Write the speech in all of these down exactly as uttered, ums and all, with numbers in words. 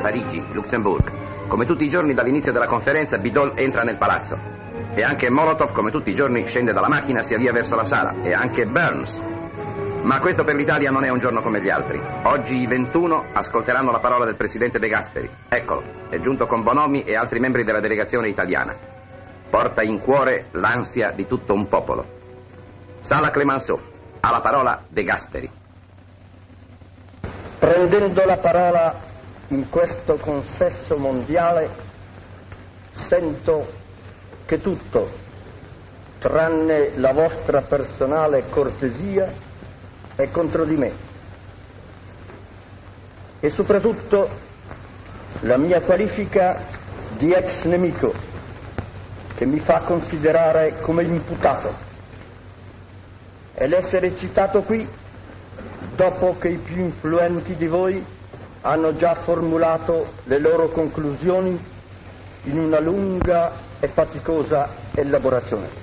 Parigi, Luxembourg. Come tutti i giorni dall'inizio della conferenza, Bidol entra nel palazzo. E anche Molotov, come tutti i giorni, scende dalla macchina, si avvia verso la sala. E anche Burns. Ma questo per l'Italia non è un giorno come gli altri. Oggi i ventuno ascolteranno la parola del presidente De Gasperi. Eccolo, è giunto con Bonomi e altri membri della delegazione italiana. Porta in cuore l'ansia di tutto un popolo. Sala Clemenceau, ha la parola De Gasperi. Prendendo la parola in questo consesso mondiale, sento che tutto, tranne la vostra personale cortesia, è contro di me. E soprattutto la mia qualifica di ex nemico, che mi fa considerare come imputato. E l'essere citato qui, dopo che i più influenti di voi hanno già formulato le loro conclusioni in una lunga e faticosa elaborazione.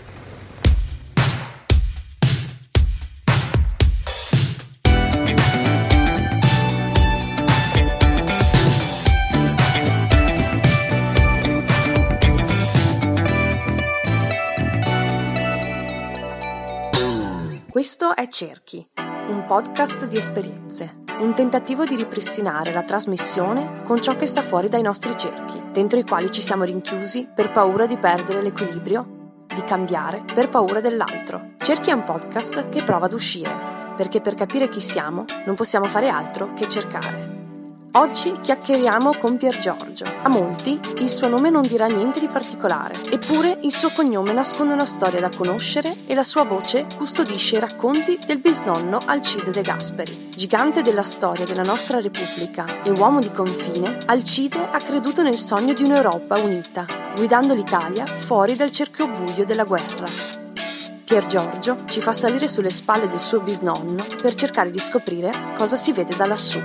Questo è Cerchi, un podcast di esperienze, un tentativo di ripristinare la trasmissione con ciò che sta fuori dai nostri cerchi, dentro i quali ci siamo rinchiusi per paura di perdere l'equilibrio, di cambiare per paura dell'altro. Cerchi è un podcast che prova ad uscire, perché per capire chi siamo non possiamo fare altro che cercare. Oggi chiacchieriamo con Piergiorgio. A molti il suo nome non dirà niente di particolare, eppure il suo cognome nasconde una storia da conoscere e la sua voce custodisce i racconti del bisnonno Alcide De Gasperi. Gigante della storia della nostra Repubblica e uomo di confine, Alcide ha creduto nel sogno di un'Europa unita, guidando l'Italia fuori dal cerchio buio della guerra. Piergiorgio ci fa salire sulle spalle del suo bisnonno per cercare di scoprire cosa si vede da lassù.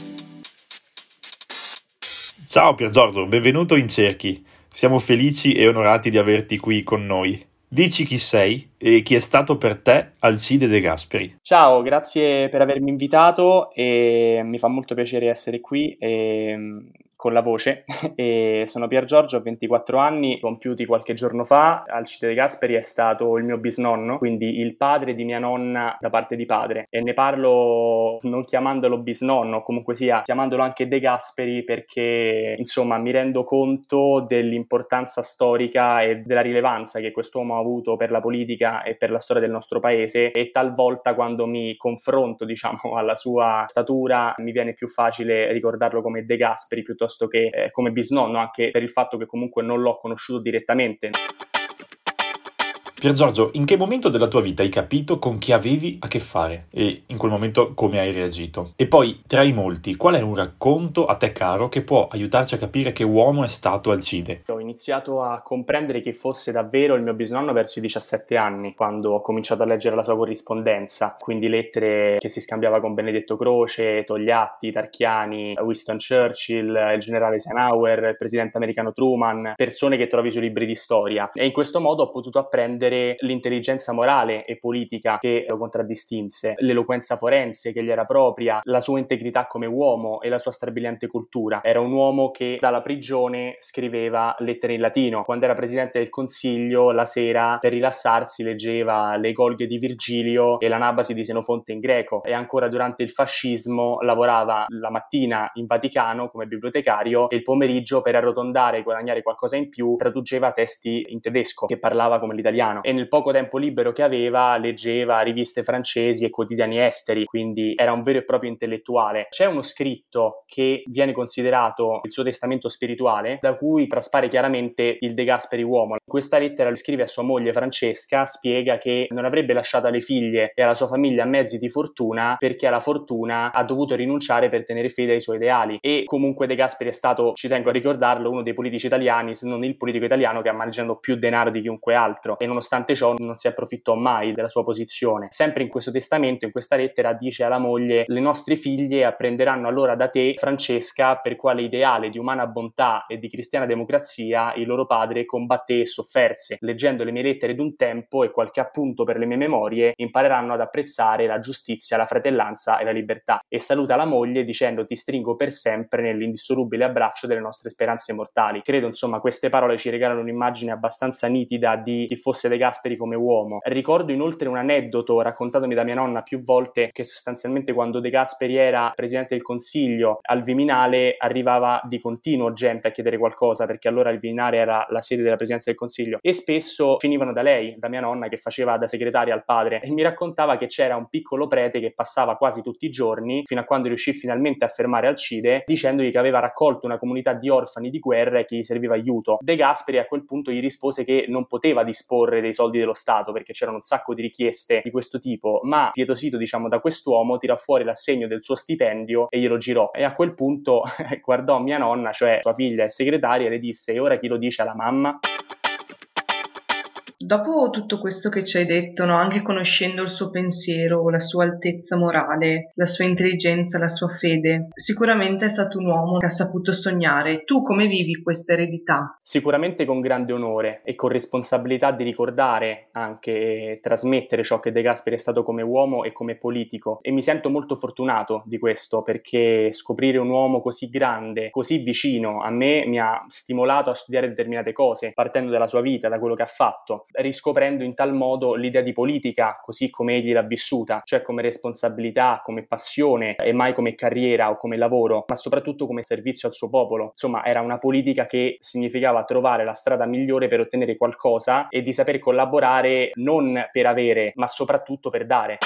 Ciao Piergiorgio, benvenuto in Cerchi. Siamo felici e onorati di averti qui con noi. Dici chi sei e chi è stato per te Alcide De Gasperi. Ciao, grazie per avermi invitato e mi fa molto piacere essere qui e, con la voce. E sono Piergiorgio, ho ventiquattro anni, compiuti qualche giorno fa. Alcide De Gasperi è stato il mio bisnonno, quindi il padre di mia nonna da parte di padre, e ne parlo non chiamandolo bisnonno, comunque sia chiamandolo anche De Gasperi, perché insomma mi rendo conto dell'importanza storica e della rilevanza che quest'uomo ha avuto per la politica e per la storia del nostro paese, e talvolta quando mi confronto diciamo alla sua statura mi viene più facile ricordarlo come De Gasperi piuttosto che eh, come bisnonno, anche per il fatto che comunque non l'ho conosciuto direttamente. Piergiorgio, in che momento della tua vita hai capito con chi avevi a che fare e in quel momento come hai reagito? E poi, tra i molti, qual è un racconto a te caro che può aiutarci a capire che uomo è stato Alcide? Ho iniziato a comprendere chi fosse davvero il mio bisnonno verso i diciassette anni, quando ho cominciato a leggere la sua corrispondenza, quindi lettere che si scambiava con Benedetto Croce, Togliatti, Tarchiani, Winston Churchill, il generale Eisenhower, il presidente americano Truman, persone che trovi sui libri di storia. E in questo modo ho potuto apprendere l'intelligenza morale e politica che lo contraddistinse, l'eloquenza forense che gli era propria, la sua integrità come uomo e la sua strabiliante cultura. Era un uomo che dalla prigione scriveva lettere in latino. Quando era presidente del Consiglio, la sera per rilassarsi leggeva le Golghe di Virgilio e l'Anabasi di Senofonte in greco, e ancora durante il fascismo lavorava la mattina in Vaticano come bibliotecario e il pomeriggio, per arrotondare e guadagnare qualcosa in più, traduceva testi in tedesco che parlava come l'italiano. E nel poco tempo libero che aveva leggeva riviste francesi e quotidiani esteri, quindi era un vero e proprio intellettuale. C'è uno scritto che viene considerato il suo testamento spirituale, da cui traspare chiaramente il De Gasperi uomo. Questa lettera le scrive a sua moglie Francesca, spiega che non avrebbe lasciato alle figlie e alla sua famiglia mezzi di fortuna perché alla fortuna ha dovuto rinunciare per tenere fede ai suoi ideali. E comunque De Gasperi è stato, ci tengo a ricordarlo, uno dei politici italiani, se non il politico italiano che ha maneggiato più denaro di chiunque altro, e nonostante nonostante ciò non si approfittò mai della sua posizione. Sempre in questo testamento, in questa lettera, dice alla moglie: le nostre figlie apprenderanno allora da te, Francesca, per quale ideale di umana bontà e di cristiana democrazia il loro padre combatté e sofferse. Leggendo le mie lettere d'un tempo e qualche appunto per le mie memorie, impareranno ad apprezzare la giustizia, la fratellanza e la libertà. E saluta la moglie dicendo: ti stringo per sempre nell'indissolubile abbraccio delle nostre speranze mortali. Credo, insomma, queste parole ci regalano un'immagine abbastanza nitida di chi fosse De Gasperi come uomo. Ricordo inoltre un aneddoto raccontatomi da mia nonna più volte, che sostanzialmente quando De Gasperi era presidente del Consiglio al Viminale arrivava di continuo gente a chiedere qualcosa, perché allora il Viminale era la sede della presidenza del Consiglio, e spesso finivano da lei, da mia nonna, che faceva da segretaria al padre, e mi raccontava che c'era un piccolo prete che passava quasi tutti i giorni fino a quando riuscì finalmente a fermare Alcide, dicendogli che aveva raccolto una comunità di orfani di guerra e che gli serviva aiuto. De Gasperi a quel punto gli rispose che non poteva disporre dei soldi dello Stato perché c'erano un sacco di richieste di questo tipo, ma pietosito, diciamo, da quest'uomo tirò fuori l'assegno del suo stipendio e glielo girò. E a quel punto guardò mia nonna, cioè sua figlia e segretaria, e le disse: e ora chi lo dice alla mamma? Dopo tutto questo che ci hai detto, no, anche conoscendo il suo pensiero, la sua altezza morale, la sua intelligenza, la sua fede, sicuramente è stato un uomo che ha saputo sognare. Tu come vivi questa eredità? Sicuramente con grande onore e con responsabilità di ricordare anche e trasmettere ciò che De Gasperi è stato come uomo e come politico, e mi sento molto fortunato di questo, perché scoprire un uomo così grande, così vicino a me, mi ha stimolato a studiare determinate cose, partendo dalla sua vita, da quello che ha fatto, riscoprendo in tal modo l'idea di politica così come egli l'ha vissuta, cioè come responsabilità, come passione e mai come carriera o come lavoro, ma soprattutto come servizio al suo popolo. Insomma, era una politica che significava trovare la strada migliore per ottenere qualcosa e di saper collaborare non per avere, ma soprattutto per dare.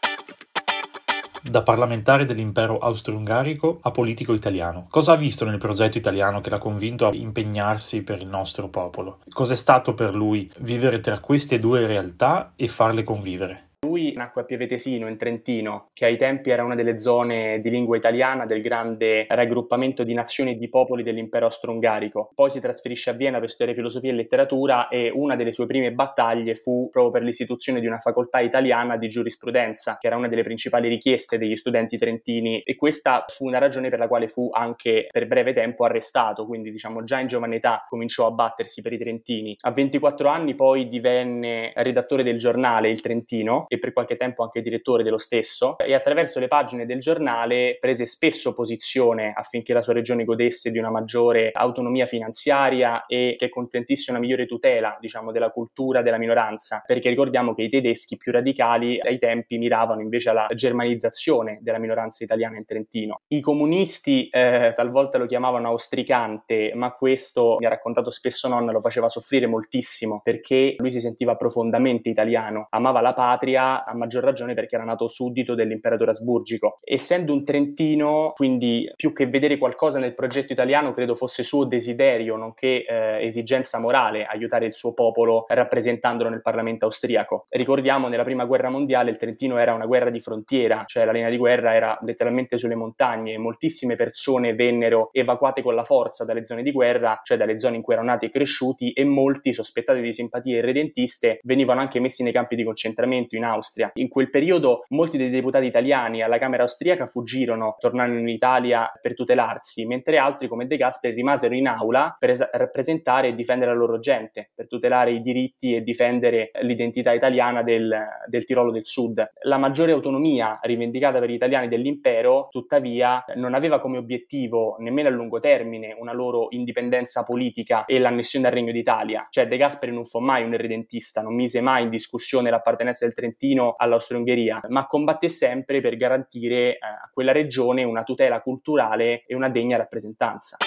Da parlamentare dell'impero austro-ungarico a politico italiano. Cosa ha visto nel progetto italiano che l'ha convinto a impegnarsi per il nostro popolo? Cos'è stato per lui vivere tra queste due realtà e farle convivere? Lui nacque a Pievetesino, in Trentino, che ai tempi era una delle zone di lingua italiana del grande raggruppamento di nazioni e di popoli dell'impero austro-ungarico. Poi si trasferisce a Vienna per studiare filosofia e letteratura, e una delle sue prime battaglie fu proprio per l'istituzione di una facoltà italiana di giurisprudenza, che era una delle principali richieste degli studenti trentini, e questa fu una ragione per la quale fu anche per breve tempo arrestato, quindi diciamo già in giovane età cominciò a battersi per i trentini. A ventiquattro anni poi divenne redattore del giornale Il Trentino, e per qualche tempo anche direttore dello stesso, e attraverso le pagine del giornale prese spesso posizione affinché la sua regione godesse di una maggiore autonomia finanziaria e che consentisse una migliore tutela, diciamo, della cultura della minoranza, perché ricordiamo che i tedeschi più radicali ai tempi miravano invece alla germanizzazione della minoranza italiana in Trentino. I comunisti eh, talvolta lo chiamavano austricante, ma questo, mi ha raccontato spesso nonna, lo faceva soffrire moltissimo, perché lui si sentiva profondamente italiano, amava la patria, a maggior ragione perché era nato suddito dell'imperatore asburgico. Essendo un trentino, quindi, più che vedere qualcosa nel progetto italiano, credo fosse suo desiderio, nonché eh, esigenza morale, aiutare il suo popolo rappresentandolo nel Parlamento austriaco. Ricordiamo, nella prima guerra mondiale il Trentino era una guerra di frontiera, cioè la linea di guerra era letteralmente sulle montagne, e moltissime persone vennero evacuate con la forza dalle zone di guerra, cioè dalle zone in cui erano nati e cresciuti, e molti, sospettati di simpatie irredentiste, venivano anche messi nei campi di concentramento in Austria. In quel periodo molti dei deputati italiani alla Camera austriaca fuggirono, tornarono in Italia per tutelarsi, mentre altri come De Gasperi rimasero in aula per es- rappresentare e difendere la loro gente, per tutelare i diritti e difendere l'identità italiana del, del Tirolo del Sud. La maggiore autonomia rivendicata per gli italiani dell'impero, tuttavia, non aveva come obiettivo nemmeno a lungo termine una loro indipendenza politica e l'annessione al Regno d'Italia. Cioè De Gasperi non fu mai un irredentista, non mise mai in discussione l'appartenenza del Trentino all'Austro-Ungheria, ma combatté sempre per garantire eh, a quella regione una tutela culturale e una degna rappresentanza.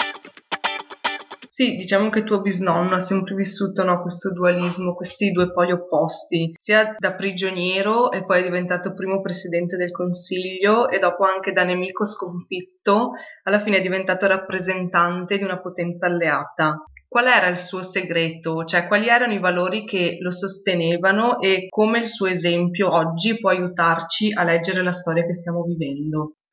Sì, diciamo che tuo bisnonno ha sempre vissuto, no, questo dualismo, questi due poli opposti, sia da prigioniero e poi è diventato primo presidente del Consiglio, e dopo anche da nemico sconfitto, alla fine è diventato rappresentante di una potenza alleata. Qual era il suo segreto? Cioè, quali erano i valori che lo sostenevano e come il suo esempio oggi può aiutarci a leggere la storia che stiamo vivendo?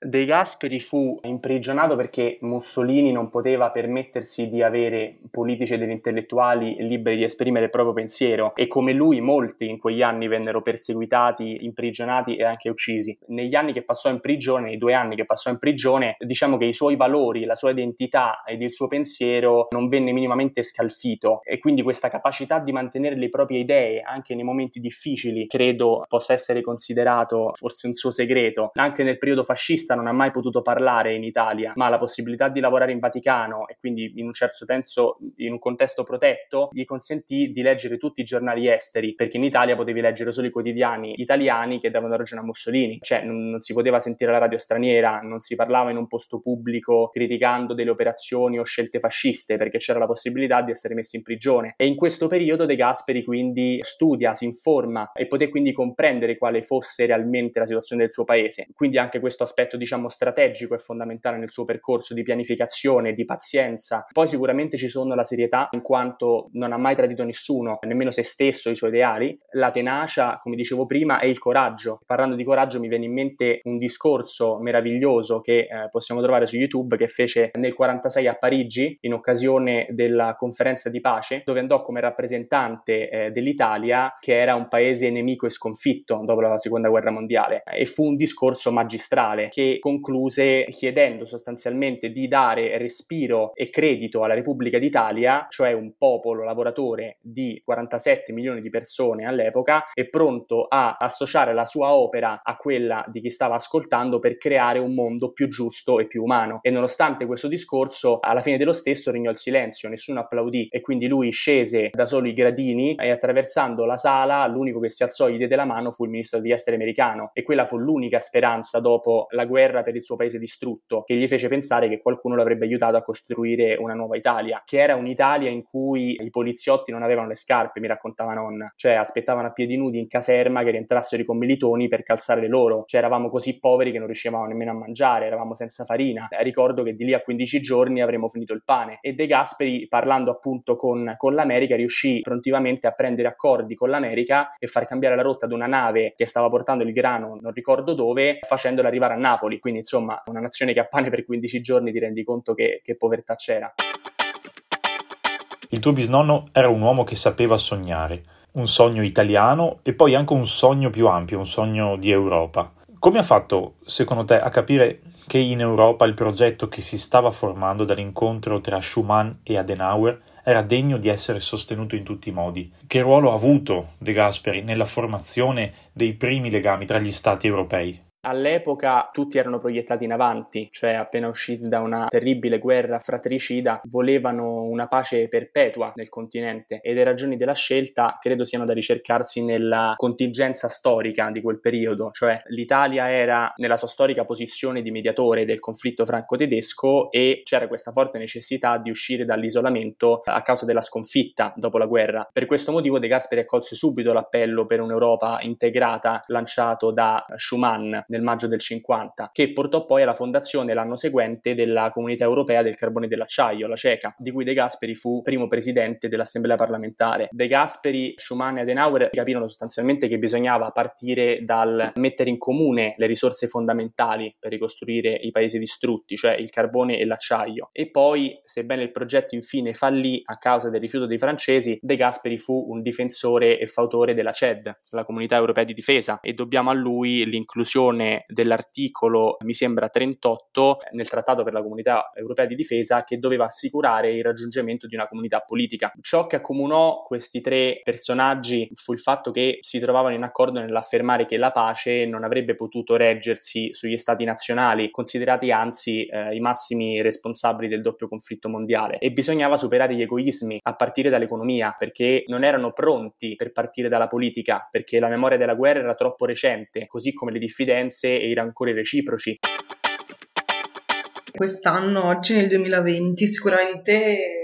De Gasperi fu imprigionato perché Mussolini non poteva permettersi di avere politici ed intellettuali liberi di esprimere il proprio pensiero, e come lui molti in quegli anni vennero perseguitati, imprigionati e anche uccisi. Negli anni che passò in prigione, nei due anni che passò in prigione, diciamo che i suoi valori, la sua identità ed il suo pensiero non venne minimamente scalfito, e quindi questa capacità di mantenere le proprie idee anche nei momenti difficili credo possa essere considerato forse un suo segreto. Anche nel periodo fascista non ha mai potuto parlare in Italia, ma la possibilità di lavorare in Vaticano, e quindi in un certo senso in un contesto protetto, gli consentì di leggere tutti i giornali esteri, perché in Italia potevi leggere solo i quotidiani italiani che davano ragione a Mussolini, cioè non, non si poteva sentire la radio straniera, non si parlava in un posto pubblico criticando delle operazioni o scelte fasciste, perché c'era la possibilità di essere messi in prigione. E in questo periodo De Gasperi quindi studia, si informa e poté quindi comprendere quale fosse realmente la situazione del suo paese. Quindi anche questo aspetto diciamo strategico è fondamentale nel suo percorso di pianificazione, di pazienza. Poi sicuramente ci sono la serietà, in quanto non ha mai tradito nessuno, nemmeno se stesso, i suoi ideali, la tenacia, come dicevo prima, e il coraggio. Parlando di coraggio mi viene in mente un discorso meraviglioso che eh, possiamo trovare su YouTube, che fece nel quarantasei a Parigi in occasione della conferenza di pace, dove andò come rappresentante eh, dell'Italia, che era un paese nemico e sconfitto dopo la seconda guerra mondiale, e fu un discorso magistrale che concluse chiedendo sostanzialmente di dare respiro e credito alla Repubblica d'Italia, cioè un popolo lavoratore di quarantasette milioni di persone all'epoca, e pronto a associare la sua opera a quella di chi stava ascoltando per creare un mondo più giusto e più umano. E nonostante questo discorso, alla fine dello stesso regnò il silenzio, nessuno applaudì, e quindi lui scese da solo i gradini e attraversando la sala l'unico che si alzò e gli diede la mano fu il ministro degli esteri americano, e quella fu l'unica speranza dopo la guerra per il suo paese distrutto, che gli fece pensare che qualcuno l'avrebbe aiutato a costruire una nuova Italia, che era un'Italia in cui i poliziotti non avevano le scarpe, mi raccontava nonna, cioè aspettavano a piedi nudi in caserma che rientrassero i commilitoni per calzare le loro, cioè eravamo così poveri che non riuscivamo nemmeno a mangiare, eravamo senza farina. Eh, ricordo che di lì a quindici giorni avremmo finito il pane, e De Gasperi, parlando appunto con, con l'America, riuscì prontivamente a prendere accordi con l'America e far cambiare la rotta ad una nave che stava portando il grano non ricordo dove, facendola arrivare a Napoli. Quindi insomma una nazione che ha pane per quindici giorni, ti rendi conto che, che povertà c'era. Il tuo bisnonno era un uomo che sapeva sognare, un sogno italiano e poi anche un sogno più ampio, un sogno di Europa. Come ha fatto, secondo te, a capire che in Europa il progetto che si stava formando dall'incontro tra Schuman e Adenauer era degno di essere sostenuto in tutti i modi? Che ruolo ha avuto De Gasperi nella formazione dei primi legami tra gli stati europei? All'epoca tutti erano proiettati in avanti, cioè appena usciti da una terribile guerra fratricida volevano una pace perpetua nel continente, e le ragioni della scelta credo siano da ricercarsi nella contingenza storica di quel periodo, cioè l'Italia era nella sua storica posizione di mediatore del conflitto franco-tedesco e c'era questa forte necessità di uscire dall'isolamento a causa della sconfitta dopo la guerra. Per questo motivo De Gasperi accolse subito l'appello per un'Europa integrata lanciato da Schuman nel maggio del cinquanta, che portò poi alla fondazione l'anno seguente della Comunità Europea del Carbone e dell'Acciaio, la CECA, di cui De Gasperi fu primo presidente dell'Assemblea parlamentare. De Gasperi, Schuman e Adenauer capirono sostanzialmente che bisognava partire dal mettere in comune le risorse fondamentali per ricostruire i paesi distrutti, cioè il carbone e l'acciaio. E poi, sebbene il progetto infine fallì a causa del rifiuto dei francesi, De Gasperi fu un difensore e fautore della C E D, la Comunità Europea di Difesa, e dobbiamo a lui l'inclusione dell'articolo, mi sembra trentotto, nel Trattato per la Comunità Europea di Difesa, che doveva assicurare il raggiungimento di una comunità politica. Ciò che accomunò questi tre personaggi fu il fatto che si trovavano in accordo nell'affermare che la pace non avrebbe potuto reggersi sugli stati nazionali, considerati anzi eh, i massimi responsabili del doppio conflitto mondiale, e bisognava superare gli egoismi a partire dall'economia, perché non erano pronti per partire dalla politica, perché la memoria della guerra era troppo recente, così come le diffidenze e i rancori reciproci. Quest'anno, oggi nel duemilaventi, sicuramente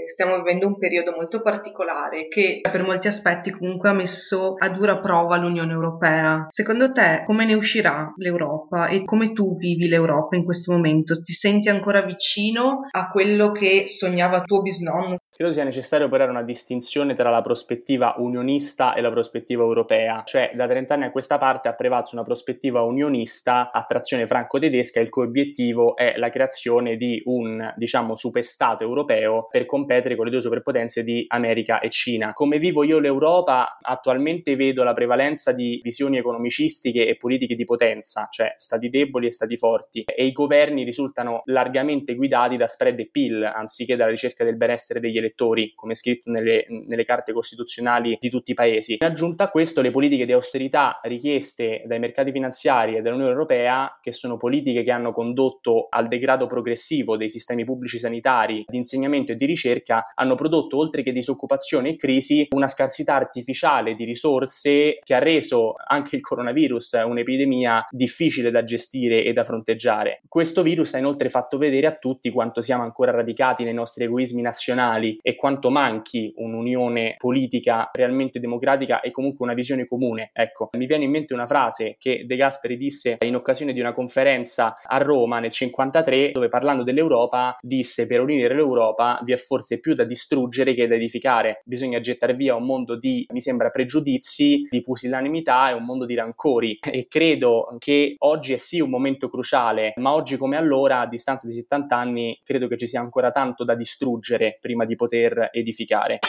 stiamo vivendo un periodo molto particolare che per molti aspetti comunque ha messo a dura prova l'Unione Europea. Secondo te come ne uscirà l'Europa e come tu vivi l'Europa in questo momento? Ti senti ancora vicino a quello che sognava tuo bisnonno? Credo sia necessario operare una distinzione tra la prospettiva unionista e la prospettiva europea, cioè da trent'anni a questa parte ha prevalso una prospettiva unionista a trazione franco-tedesca, il cui obiettivo è la creazione di un, diciamo, superstato europeo per competere con le due superpotenze di America e Cina. Come vivo io l'Europa? Attualmente vedo la prevalenza di visioni economicistiche e politiche di potenza, cioè stati deboli e stati forti, e i governi risultano largamente guidati da spread e P I L anziché dalla ricerca del benessere degli elettori, come scritto nelle, nelle carte costituzionali di tutti i paesi. In aggiunta a questo, le politiche di austerità richieste dai mercati finanziari e dall'Unione Europea, che sono politiche che hanno condotto al degrado progressivo dei sistemi pubblici sanitari, di insegnamento e di ricerca, hanno prodotto, oltre che disoccupazione e crisi, una scarsità artificiale di risorse che ha reso anche il coronavirus un'epidemia difficile da gestire e da fronteggiare. Questo virus ha inoltre fatto vedere a tutti quanto siamo ancora radicati nei nostri egoismi nazionali e quanto manchi un'unione politica realmente democratica e comunque una visione comune. Ecco, mi viene in mente una frase che De Gasperi disse in occasione di una conferenza a Roma nel cinquantatré, dove parlando dell'Europa disse: per unire l'Europa vi è forse più da distruggere che da edificare. Bisogna gettare via un mondo di, mi sembra, pregiudizi, di pusillanimità e un mondo di rancori. E credo che oggi è sì un momento cruciale, ma oggi come allora, a distanza di settanta anni, credo che ci sia ancora tanto da distruggere prima di poter edificare.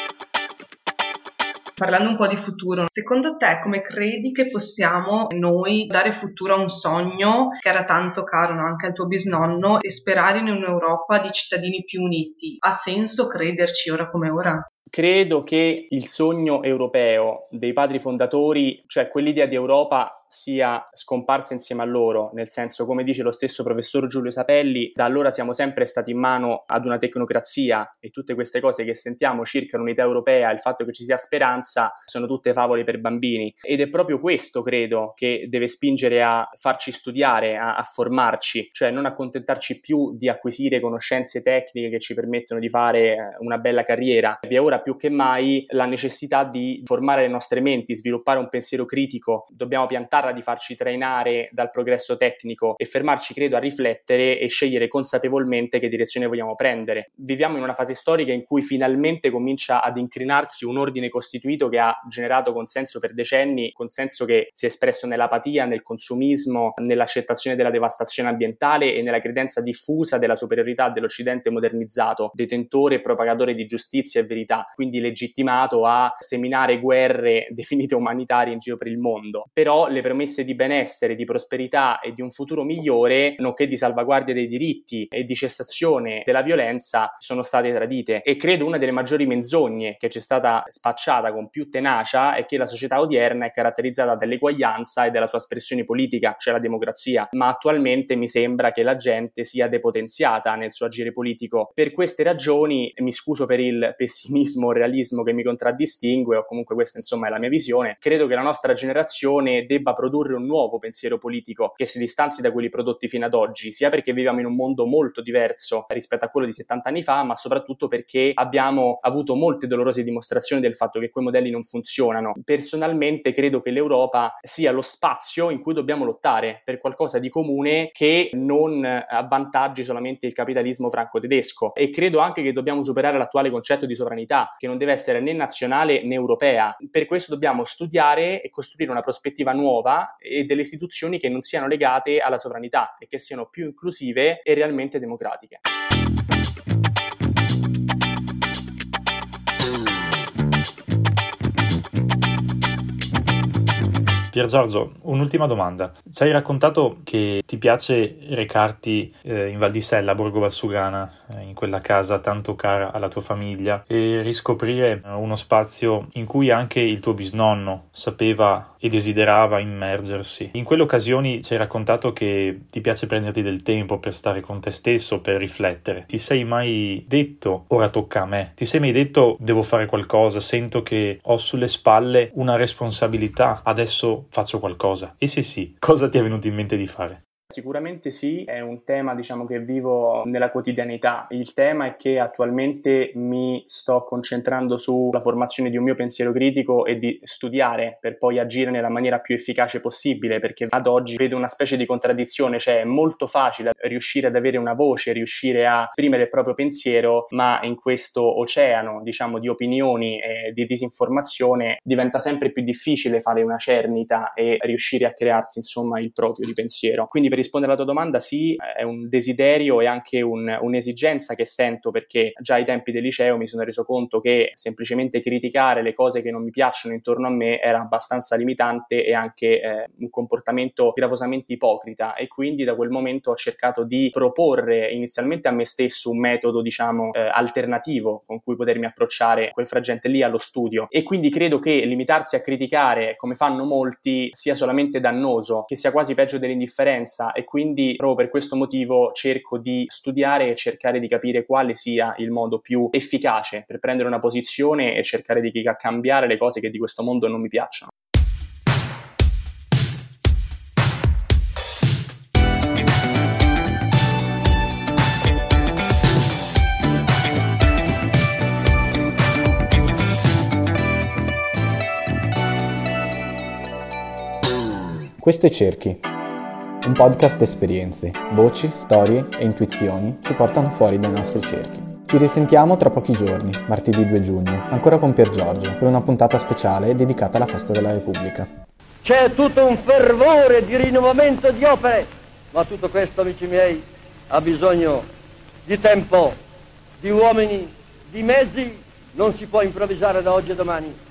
Parlando un po' di futuro, secondo te come credi che possiamo noi dare futuro a un sogno che era tanto caro, no? Anche al tuo bisnonno, e sperare in un'Europa di cittadini più uniti? Ha senso crederci ora come ora? Credo che il sogno europeo dei padri fondatori, cioè quell'idea di Europa, sia scomparsa insieme a loro, nel senso, come dice lo stesso professor Giulio Sapelli, da allora siamo sempre stati in mano ad una tecnocrazia e tutte queste cose che sentiamo circa l'unità europea, il fatto che ci sia speranza, sono tutte favole per bambini. Ed è proprio questo, credo, che deve spingere a farci studiare, a, a formarci, cioè non accontentarci più di acquisire conoscenze tecniche che ci permettono di fare una bella carriera. Vi è ora più che mai la necessità di formare le nostre menti, sviluppare un pensiero critico. Dobbiamo piantare di farci trainare dal progresso tecnico e fermarci, credo, a riflettere e scegliere consapevolmente che direzione vogliamo prendere. Viviamo in una fase storica in cui finalmente comincia ad incrinarsi un ordine costituito che ha generato consenso per decenni, consenso che si è espresso nell'apatia, nel consumismo, nell'accettazione della devastazione ambientale e nella credenza diffusa della superiorità dell'Occidente modernizzato, detentore e propagatore di giustizia e verità, quindi legittimato a seminare guerre definite umanitarie in giro per il mondo. Però le promesse di benessere, di prosperità e di un futuro migliore, nonché di salvaguardia dei diritti e di cessazione della violenza, sono state tradite. E credo una delle maggiori menzogne che ci è stata spacciata con più tenacia è che la società odierna è caratterizzata dall'eguaglianza e dalla sua espressione politica, cioè la democrazia, ma attualmente mi sembra che la gente sia depotenziata nel suo agire politico. Per queste ragioni, mi scuso per il pessimismo o realismo che mi contraddistingue, o comunque questa insomma è la mia visione, credo che la nostra generazione debba produrre un nuovo pensiero politico che si distanzi da quelli prodotti fino ad oggi, sia perché viviamo in un mondo molto diverso rispetto a quello di settanta anni fa, ma soprattutto perché abbiamo avuto molte dolorose dimostrazioni del fatto che quei modelli non funzionano. Personalmente credo che l'Europa sia lo spazio in cui dobbiamo lottare per qualcosa di comune che non avvantaggi solamente il capitalismo franco-tedesco, e credo anche che dobbiamo superare l'attuale concetto di sovranità, che non deve essere né nazionale né europea. Per questo dobbiamo studiare e costruire una prospettiva nuova e delle istituzioni che non siano legate alla sovranità e che siano più inclusive e realmente democratiche. Pier Giorgio, un'ultima domanda. Ci hai raccontato che ti piace recarti eh, in Val di Sella, a Borgo Valsugana, eh, in quella casa tanto cara alla tua famiglia, e riscoprire eh, uno spazio in cui anche il tuo bisnonno sapeva e desiderava immergersi. In quelle occasioni ci hai raccontato che ti piace prenderti del tempo per stare con te stesso, per riflettere. Ti sei mai detto ora tocca a me? Ti sei mai detto devo fare qualcosa, sento che ho sulle spalle una responsabilità, adesso faccio qualcosa? E se sì, cosa ti è venuto in mente di fare? Sicuramente sì, è un tema diciamo che vivo nella quotidianità. Il tema è che attualmente mi sto concentrando sulla formazione di un mio pensiero critico e di studiare per poi agire nella maniera più efficace possibile, perché ad oggi vedo una specie di contraddizione, cioè è molto facile riuscire ad avere una voce, riuscire a esprimere il proprio pensiero, ma in questo oceano diciamo di opinioni e di disinformazione diventa sempre più difficile fare una cernita e riuscire a crearsi insomma il proprio di pensiero. Quindi per rispondere alla tua domanda, sì, è un desiderio e anche un, un'esigenza che sento, perché già ai tempi del liceo mi sono reso conto che semplicemente criticare le cose che non mi piacciono intorno a me era abbastanza limitante e anche eh, un comportamento gravosamente ipocrita, e quindi da quel momento ho cercato di proporre inizialmente a me stesso un metodo diciamo eh, alternativo con cui potermi approcciare quel frangente lì allo studio, e quindi credo che limitarsi a criticare come fanno molti sia solamente dannoso, che sia quasi peggio dell'indifferenza, e quindi proprio per questo motivo cerco di studiare e cercare di capire quale sia il modo più efficace per prendere una posizione e cercare di cambiare le cose che di questo mondo non mi piacciono. Questo è Cerchi, un podcast di esperienze, voci, storie e intuizioni ci portano fuori dai nostri cerchi. Ci risentiamo tra pochi giorni, martedì due giugno, ancora con Pier Giorgio, per una puntata speciale dedicata alla Festa della Repubblica. C'è tutto un fervore di rinnovamento di opere, ma tutto questo, amici miei, ha bisogno di tempo, di uomini, di mezzi. Non si può improvvisare da oggi a domani.